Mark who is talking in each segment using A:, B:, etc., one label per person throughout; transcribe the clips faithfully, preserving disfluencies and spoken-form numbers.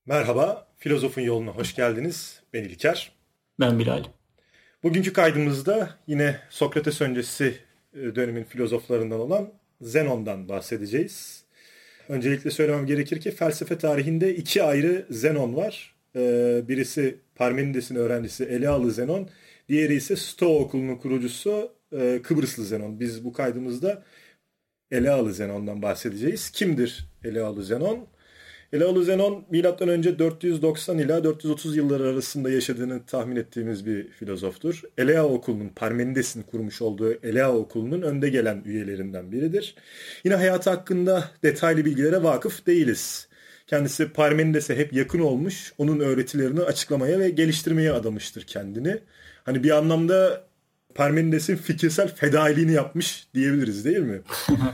A: Merhaba, Filozofun Yoluna hoş geldiniz. Ben İlker.
B: Ben Bilal.
A: Bugünkü kaydımızda yine Sokrates öncesi e, dönemin filozoflarından olan Zenon'dan bahsedeceğiz. Öncelikle söylemem gerekir ki felsefe tarihinde iki ayrı Zenon var. Ee, birisi Parmenides'in öğrencisi Elealı Zenon, diğeri ise Stoa okulunun kurucusu e, Kıbrıslı Zenon. Biz bu kaydımızda Elealı Zenon'dan bahsedeceğiz. Kimdir Elealı Zenon? Elealı Zenon milattan önce dört yüz doksan ila dört yüz otuz yılları arasında yaşadığını tahmin ettiğimiz bir filozoftur. Elea okulunun, Parmenides'in kurmuş olduğu Elea okulunun önde gelen üyelerinden biridir. Yine hayatı hakkında detaylı bilgilere vakıf değiliz. Kendisi Parmenides'e hep yakın olmuş, onun öğretilerini açıklamaya ve geliştirmeye adamıştır kendini. Hani bir anlamda Parmenides'in fikirsel fedailiğini yapmış diyebiliriz, değil mi?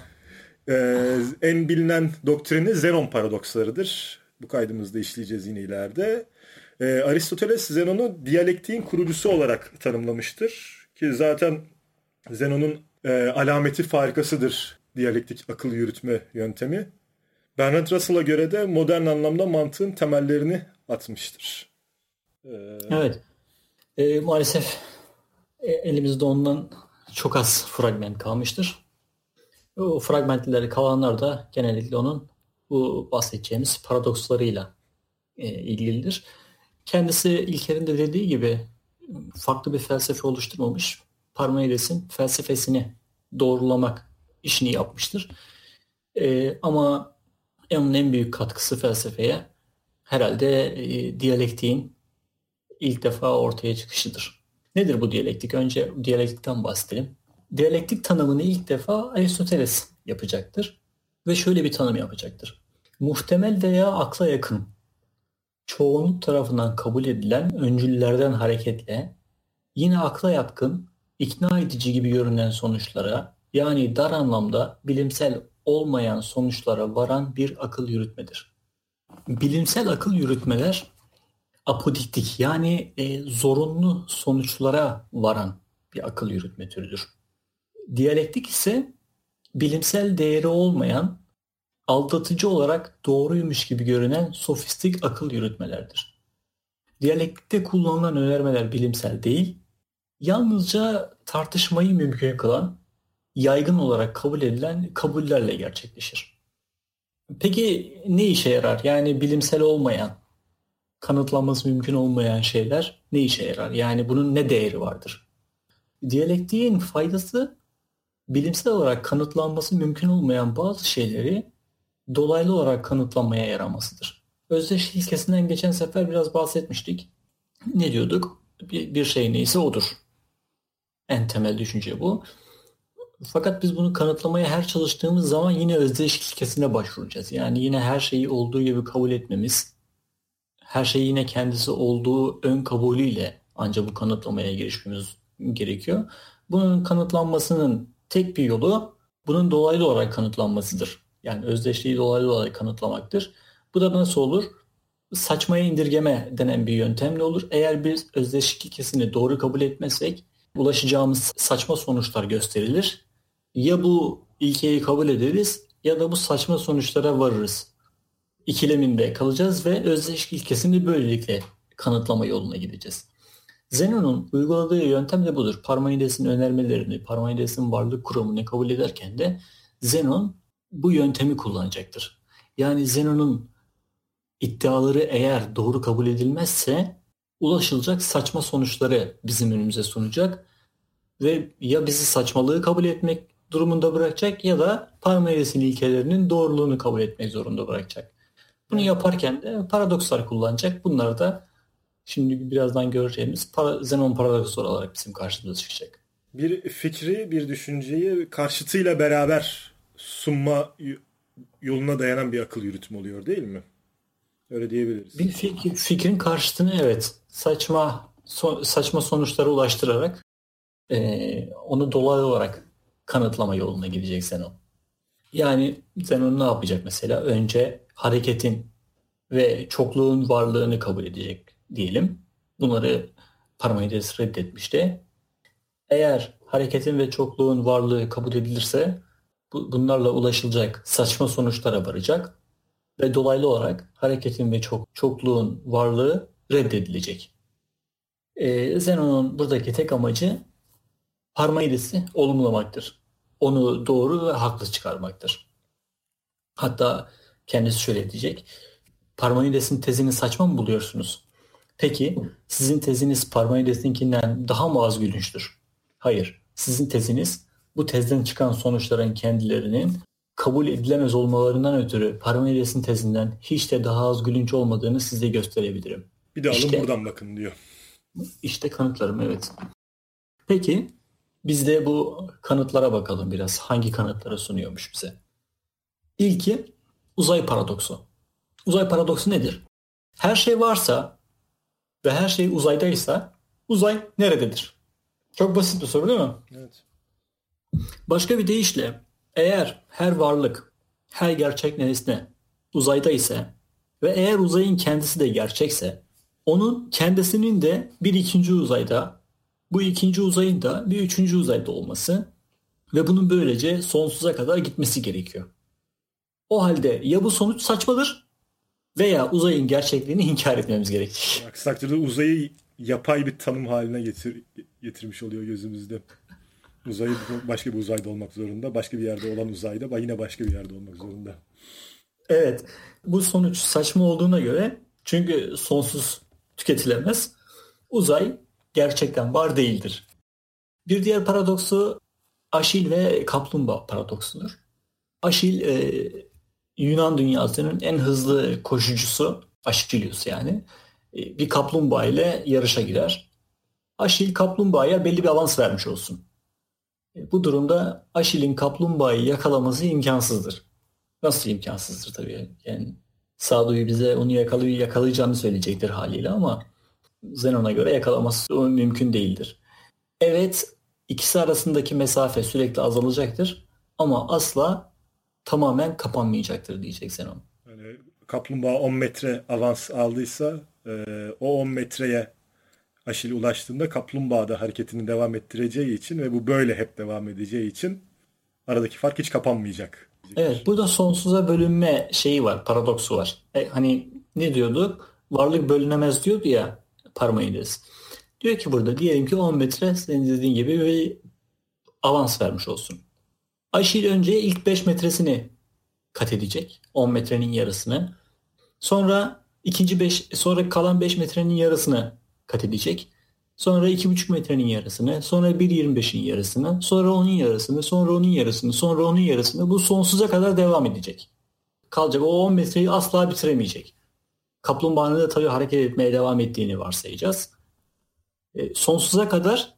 A: Ee, en bilinen doktrini Zenon paradokslarıdır. Bu kaydımızda işleyeceğiz yine ileride. Ee, Aristoteles Zenon'u diyalektiğin kurucusu olarak tanımlamıştır. Ki zaten Zenon'un e, alameti farikasıdır diyalektik akıl yürütme yöntemi. Bertrand Russell'a göre de modern anlamda mantığın temellerini atmıştır.
B: Ee... Evet. E, maalesef e, elimizde ondan çok az fragment kalmıştır. O fragmentleri kalanlar da genellikle onun bu bahsedeceğimiz paradokslarıyla e, ilgilidir. Kendisi İlker'in de dediği gibi farklı bir felsefe oluşturmamış. Parmenides'in felsefesini doğrulamak işini yapmıştır. E, ama onun en büyük katkısı felsefeye herhalde e, diyalektiğin ilk defa ortaya çıkışıdır. Nedir bu diyalektik? Önce diyalektikten bahsedelim. Diyalektik tanımını ilk defa Aristoteles yapacaktır ve şöyle bir tanım yapacaktır. Muhtemel veya akla yakın, çoğunluk tarafından kabul edilen öncüllerden hareketle yine akla yatkın, ikna edici gibi görünen sonuçlara, yani dar anlamda bilimsel olmayan sonuçlara varan bir akıl yürütmedir. Bilimsel akıl yürütmeler apodiktik, yani e, zorunlu sonuçlara varan bir akıl yürütme türüdür. Diyalektik ise bilimsel değeri olmayan, aldatıcı olarak doğruymuş gibi görünen sofistik akıl yürütmelerdir. Diyalektikte kullanılan önermeler bilimsel değil, yalnızca tartışmayı mümkün kılan, yaygın olarak kabul edilen kabullerle gerçekleşir. Peki ne işe yarar? Yani bilimsel olmayan, kanıtlanması mümkün olmayan şeyler ne işe yarar? Yani bunun ne değeri vardır? Diyalektiğin faydası, bilimsel olarak kanıtlanması mümkün olmayan bazı şeyleri dolaylı olarak kanıtlamaya yaramasıdır. Özdeş ilkesinden geçen sefer biraz bahsetmiştik. Ne diyorduk? Bir, bir şey neyse odur. En temel düşünce bu. Fakat biz bunu kanıtlamaya her çalıştığımız zaman yine özdeş ilkesine başvuracağız. Yani yine her şeyi olduğu gibi kabul etmemiz, her şeyi yine kendisi olduğu ön kabulüyle ancak bu kanıtlamaya girişmemiz gerekiyor. Bunun kanıtlanmasının tek bir yolu bunun dolaylı olarak kanıtlanmasıdır. Yani özdeşliği dolaylı olarak kanıtlamaktır. Bu da nasıl olur? Saçmaya indirgeme denen bir yöntemle olur. Eğer biz özdeşlik ilkesini doğru kabul etmezsek ulaşacağımız saçma sonuçlar gösterilir. Ya bu ilkeyi kabul ederiz ya da bu saçma sonuçlara varırız. İkileminde kalacağız ve özdeşlik ilkesini böylelikle kanıtlama yoluna gideceğiz. Zenon'un uyguladığı yöntem de budur. Parmenides'in önermelerini, Parmenides'in varlık kuramını kabul ederken de Zenon bu yöntemi kullanacaktır. Yani Zenon'un iddiaları eğer doğru kabul edilmezse ulaşılacak saçma sonuçları bizim önümüze sunacak ve ya bizi saçmalığı kabul etmek durumunda bırakacak ya da Parmenides'in ilkelerinin doğruluğunu kabul etmek zorunda bırakacak. Bunu yaparken de paradokslar kullanacak. Bunlar da şimdi birazdan göreceğimiz para, Zenon paradoksu olarak bizim karşımıza çıkacak.
A: Bir fikri, bir düşünceyi karşıtıyla beraber sunma yoluna dayanan bir akıl yürütümü oluyor, değil mi? Öyle diyebiliriz.
B: Bir fikir, fikrin karşıtını evet saçma so, saçma sonuçlara ulaştırarak e, onu dolaylı olarak kanıtlama yoluna gidecek Zenon. Yani Zenon ne yapacak mesela? Önce hareketin ve çokluğun varlığını kabul edecek diyelim. Bunları Parmenides reddetmişti. Eğer hareketin ve çokluğun varlığı kabul edilirse bu, bunlarla ulaşılacak saçma sonuçlara varacak. ve dolaylı olarak hareketin ve çok, çokluğun varlığı reddedilecek. Ee, Zenon'un buradaki tek amacı Parmenides'i olumlamaktır. Onu doğru ve haklı çıkarmaktır. Hatta kendisi şöyle diyecek. Parmenides'in tezini saçma mı buluyorsunuz? Peki sizin teziniz Parmenides'inkinden daha mı az gülünçtür? Hayır. Sizin teziniz bu tezden çıkan sonuçların kendilerinin kabul edilemez olmalarından ötürü Parmenides'in tezinden hiç de daha az gülünç olmadığını size gösterebilirim.
A: Bir de alın
B: işte,
A: buradan bakın diyor.
B: İşte kanıtlarım, evet. Peki biz de bu kanıtlara bakalım biraz. Hangi kanıtları sunuyormuş bize? İlki uzay paradoksu. Uzay paradoksu nedir? Her şey varsa ve her şey uzaydaysa uzay nerededir? Çok basit bir soru değil mi?
A: Evet.
B: Başka bir deyişle eğer her varlık, her gerçek nesne uzayda ise ve eğer uzayın kendisi de gerçekse onun kendisinin de bir ikinci uzayda, bu ikinci uzayın da bir üçüncü uzayda olması ve bunun böylece sonsuza kadar gitmesi gerekiyor. O halde ya bu sonuç saçmadır veya uzayın gerçekliğini inkar etmemiz gerekir.
A: Aksi takdirde uzayı yapay bir tanım haline getir, getirmiş oluyor gözümüzde. Uzayı başka bir uzayda olmak zorunda. Başka bir yerde olan uzayda yine başka bir yerde olmak zorunda.
B: Evet. Bu sonuç saçma olduğuna göre, çünkü sonsuz tüketilemez, uzay gerçekten var değildir. Bir diğer paradoksu Aşil ve kaplumbağa paradoksudur. Aşil e, Yunan dünyasının en hızlı koşucusu, Aşilius yani. E, bir kaplumbağa ile yarışa girer. Aşil kaplumbağaya belli bir avans vermiş olsun. E, bu durumda Aşil'in kaplumbağayı yakalaması imkansızdır. Nasıl imkansızdır tabii. Yani sağduyu bize onu yakalay yakalayacağını söyleyecektir haliyle ama Zenon'a göre yakalaması mümkün değildir. Evet, ikisi arasındaki mesafe sürekli azalacaktır ama asla tamamen kapanmayacaktır diyecek Zenon.
A: Yani kaplumbağa on metre avans aldıysa e, o on metreye Aşil ulaştığında kaplumbağa da hareketini devam ettireceği için ve bu böyle hep devam edeceği için aradaki fark hiç kapanmayacak.
B: Evet, burada sonsuza bölünme şeyi var, paradoksu var. E, hani ne diyorduk? Varlık bölünemez diyordu ya Parmenides. Diyor ki burada diyelim ki on metre senin dediğin gibi bir avans vermiş olsun. Aşil önce ilk beş metresini kat edecek. on metrenin yarısını. Sonra ikinci beş, sonra kalan beş metrenin yarısını kat edecek. Sonra iki buçuk metrenin yarısını, sonra bir virgül yirmi beşin yarısını, sonra onun yarısını, sonra onun yarısını, sonra onun yarısını. Bu sonsuza kadar devam edecek. Kalacak. O on metreyi asla bitiremeyecek. Kaplumbağanın da tabii hareket etmeye devam ettiğini varsayacağız. E, sonsuza kadar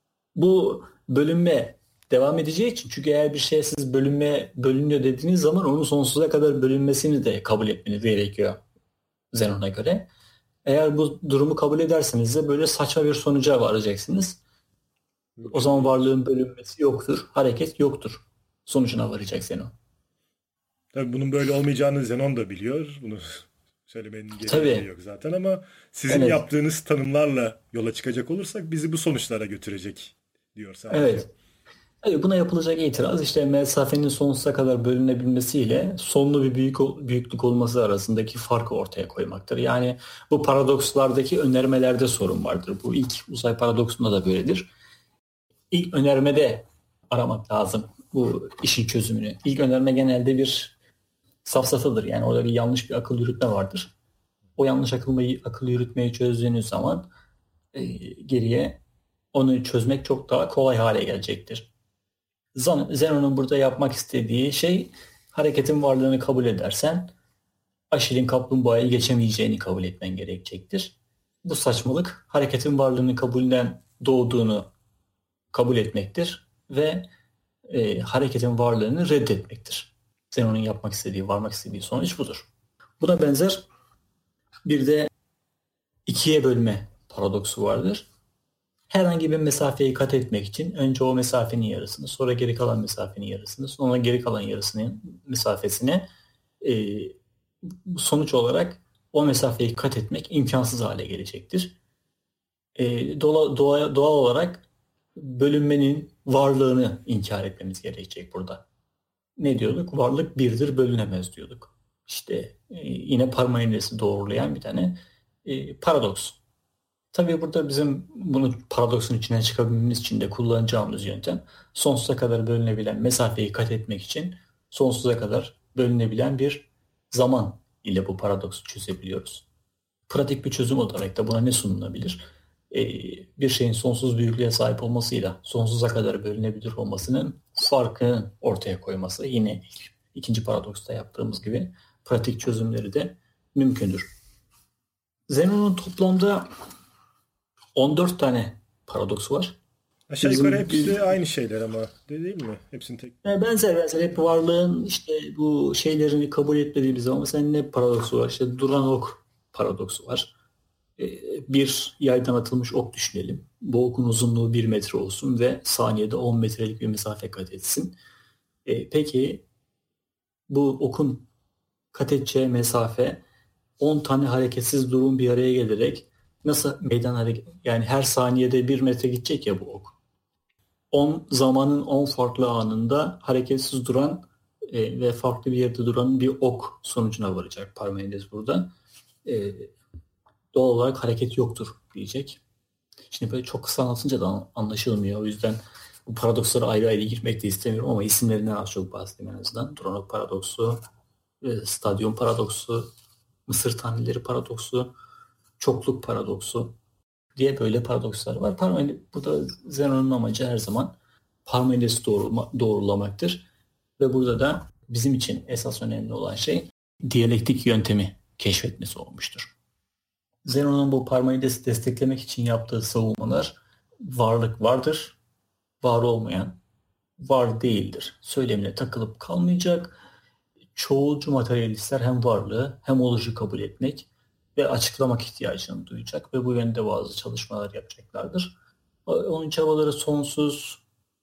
B: bu bölünme devam edeceği için, çünkü eğer bir şeye siz bölünme bölünüyor dediğiniz zaman onun sonsuza kadar bölünmesini de kabul etmeniz gerekiyor Zenon'a göre. Eğer bu durumu kabul ederseniz de böyle saçma bir sonuca varacaksınız. O zaman varlığın bölünmesi yoktur, hareket yoktur sonucuna varacak Zenon.
A: Tabii bunun böyle olmayacağını Zenon da biliyor. Bunu söylemenin gereği yok zaten ama sizin evet. yaptığınız tanımlarla yola çıkacak olursak bizi bu sonuçlara götürecek diyor sadece.
B: Evet. Evet, buna yapılacak itiraz işte mesafenin sonsuza kadar bölünebilmesiyle sonlu bir büyük büyüklük olması arasındaki farkı ortaya koymaktır. Yani bu paradokslardaki önermelerde sorun vardır. Bu ilk uzay paradoksunda da böyledir. İlk önermede aramak lazım bu işin çözümünü. İlk önerme genelde bir safsatadır. Yani orada bir yanlış bir akıl yürütme vardır. O yanlış akılmayı, akıl yürütmeyi çözdüğünüz zaman e, geriye onu çözmek çok daha kolay hale gelecektir. Zenon'un burada yapmak istediği şey, hareketin varlığını kabul edersen Aşil'in kaplumbağayı geçemeyeceğini kabul etmen gerekecektir. Bu saçmalık hareketin varlığını kabulden doğduğunu kabul etmektir ve e, hareketin varlığını reddetmektir. Zenon'un yapmak istediği, varmak istediği sonuç budur. Buna benzer bir de ikiye bölme paradoksu vardır. Herhangi bir mesafeyi kat etmek için önce o mesafenin yarısını, sonra geri kalan mesafenin yarısını, sonra geri kalan yarısının mesafesine e, sonuç olarak o mesafeyi kat etmek imkansız hale gelecektir. E, doğa, doğa, doğal olarak bölünmenin varlığını inkar etmemiz gerekecek burada. Ne diyorduk? Varlık birdir, bölünemez diyorduk. işte e, yine Parmenides'i doğrulayan bir tane e, paradoks. Tabii burada bizim bunu paradoksun içine çıkabilmemiz için de kullanacağımız yöntem sonsuza kadar bölünebilen mesafeyi kat etmek için sonsuza kadar bölünebilen bir zaman ile bu paradoksu çözebiliyoruz. Pratik bir çözüm olarak da buna ne sunulabilir? Ee, bir şeyin sonsuz büyüklüğe sahip olmasıyla sonsuza kadar bölünebilir olmasının farkını ortaya koyması. Yine ilk, ikinci paradoksta yaptığımız gibi pratik çözümleri de mümkündür. Zenon'un toplamda on dört tane paradoksu var.
A: Aşağı yukarı hepsi bir, aynı şeyler ama değil mi? Hepsinin tek.
B: Yani benzer benzer hep varlığın işte bu şeylerini kabul etmediğimiz zaman mesela ne paradoksu var? İşte duran ok paradoksu var. Bir yaydan atılmış ok düşünelim. Bu okun uzunluğu bir metre olsun ve saniyede on metrelik bir mesafe kat etsin. Peki bu okun kat edeceği mesafe on tane hareketsiz durum bir araya gelerek nasıl meydan hareket, yani her saniyede bir metre gidecek ya bu ok. on zamanın on farklı anında hareketsiz duran e, ve farklı bir yerde duran bir ok sonucuna varacak Parmenides burada. E, doğal olarak hareket yoktur diyecek. Şimdi böyle çok kısa anlatınca da anlaşılmıyor. O yüzden bu paradokslara ayrı ayrı girmek de istemiyorum ama isimlerinden az çok bahsedeyim en azından. Duran ok paradoksu, e, stadyum paradoksu, Mısır tanrıları paradoksu, çokluk paradoksu diye böyle paradokslar var. Parmenides, burada Zenon'un amacı her zaman Parmenides'i doğrulama, doğrulamaktır. Ve burada da bizim için esas önemli olan şey diyalektik yöntemi keşfetmesi olmuştur. Zenon'un bu Parmenides'i desteklemek için yaptığı savunmalar varlık vardır, var olmayan var değildir söylemine takılıp kalmayacak. Çoğulcu materyalistler hem varlığı hem oluşu kabul etmek ve açıklamak ihtiyacını duyacak ve bu yönde bazı çalışmalar yapacaklardır. Onun çabaları sonsuz,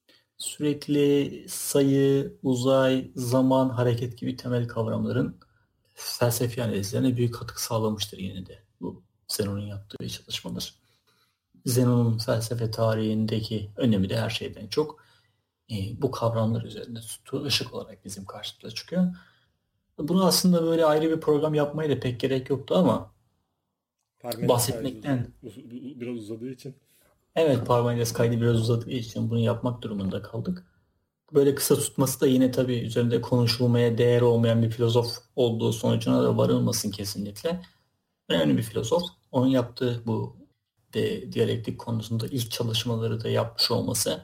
B: sürekli sayı, uzay, zaman, hareket gibi temel kavramların felsefi analizlerine büyük katkı sağlamıştır yine de bu Zenon'un yaptığı çalışmalar. Zenon'un felsefe tarihindeki önemi de her şeyden çok e, bu kavramlar üzerinde tuttuğu ışık olarak bizim karşımıza çıkıyor. Bunu aslında böyle ayrı bir program yapmaya da pek gerek yoktu ama Parmenides bahsetmekten
A: uz- biraz uzadığı için.
B: Evet, Parmenides kaydı biraz uzadığı için bunu yapmak durumunda kaldık. Böyle kısa tutması da yine tabii üzerinde konuşulmaya değer olmayan bir filozof olduğu sonucuna da varılmasın kesinlikle. Önemli bir filozof. Onun yaptığı bu de, diyalektik konusunda ilk çalışmaları da yapmış olması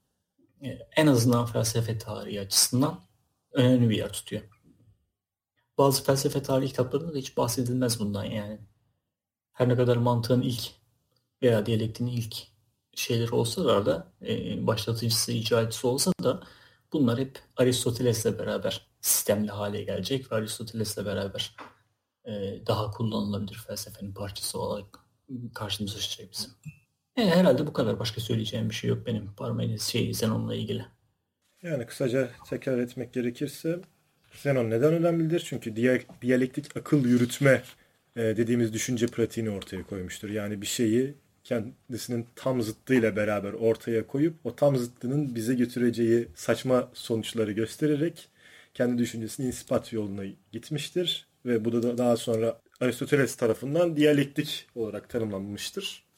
B: en azından felsefe tarihi açısından önemli bir yer tutuyor. Bazı felsefe tarihi kitaplarında da hiç bahsedilmez bundan yani. Her ne kadar mantığın ilk veya diyalektiğin ilk şeyleri olsalar da, e, başlatıcısı, icracısı olsa da bunlar hep Aristoteles'le beraber sistemli hale gelecek ve Aristoteles'le beraber e, daha kullanılabilir felsefenin parçası olarak karşımıza çıkacak bizim. E, herhalde bu kadar. Başka söyleyeceğim bir şey yok benim Parmenides şey Zenon'la ilgili.
A: Yani kısaca tekrar etmek gerekirse Zenon neden önemlidir? Çünkü diyalektik akıl yürütme dediğimiz düşünce pratiğini ortaya koymuştur. Yani bir şeyi kendisinin tam zıttıyla beraber ortaya koyup o tam zıttının bize götüreceği saçma sonuçları göstererek kendi düşüncesinin ispat yoluna gitmiştir. Ve bu da daha sonra Aristoteles tarafından diyalektik olarak tanımlanmıştır.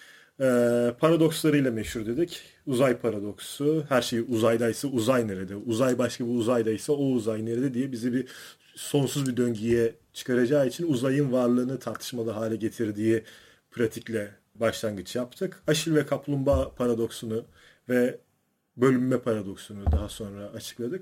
A: Ee, paradokslarıyla meşhur dedik. Uzay paradoksu, her şey uzaydaysa uzay nerede? Uzay başka bir uzaydaysa o uzay nerede diye bizi bir sonsuz bir döngüye çıkaracağı için uzayın varlığını tartışmalı hale getirdiği pratikle başlangıç yaptık. Aşil ve kaplumbağa paradoksunu ve bölünme paradoksunu daha sonra açıkladık.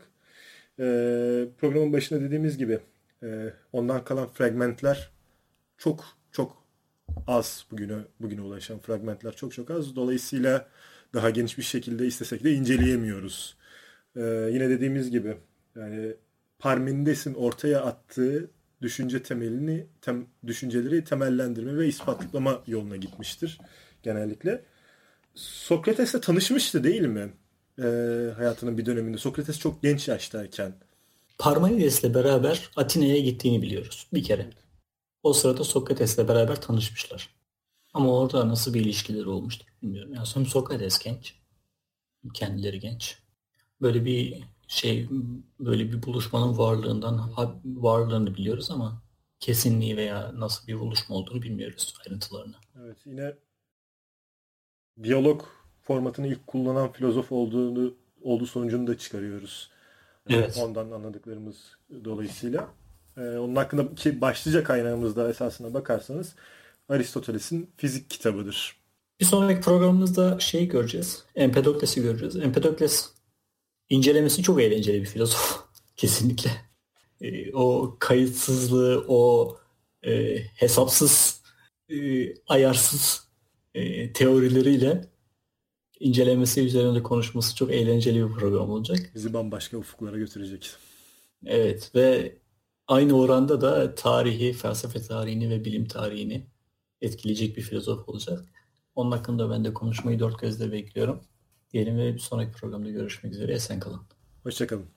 A: Ee, programın başında dediğimiz gibi e, ondan kalan fragmentler çok çok az, bugüne bugüne ulaşan fragmentler çok çok az. Dolayısıyla daha geniş bir şekilde istesek de inceleyemiyoruz. Ee, yine dediğimiz gibi yani Parmenides'in ortaya attığı düşünce temelini, tem, düşünceleri temellendirme ve ispatlama yoluna gitmiştir genellikle. Sokrates'le tanışmıştı değil mi? Ee, hayatının bir döneminde. Sokrates çok genç yaştayken.
B: Parmenides'le beraber Atina'ya gittiğini biliyoruz bir kere. O sırada Sokrates'le beraber tanışmışlar. Ama orada nasıl bir ilişkileri olmuştur bilmiyorum. Yani hem Sokrates genç, kendileri genç. Böyle bir şey böyle bir buluşmanın varlığından varlığını biliyoruz ama kesinliği veya nasıl bir buluşma olduğunu bilmiyoruz, ayrıntılarını.
A: Evet, yine diyalog formatını ilk kullanan filozof olduğunu olduğu sonucunu da çıkarıyoruz.
B: Evet.
A: Ondan anladıklarımız dolayısıyla. Ee, onun hakkındaki başlıca kaynağımızda esasına bakarsanız Aristoteles'in fizik kitabıdır.
B: Bir sonraki programımızda şeyi göreceğiz. Empedokles'i göreceğiz. Empedokles incelemesi çok eğlenceli bir filozof. Kesinlikle. E, o kayıtsızlığı, o e, hesapsız, e, ayarsız e, teorileriyle incelemesi üzerinde konuşması çok eğlenceli bir program olacak.
A: Bizi bambaşka ufuklara götürecek.
B: Evet ve aynı oranda da tarihi, felsefe tarihini ve bilim tarihini etkileyecek bir filozof olacak. Onun hakkında ben de konuşmayı dört gözle bekliyorum. Diyelim ve bir sonraki programda görüşmek üzere. Esen kalın.
A: Hoşça kalın.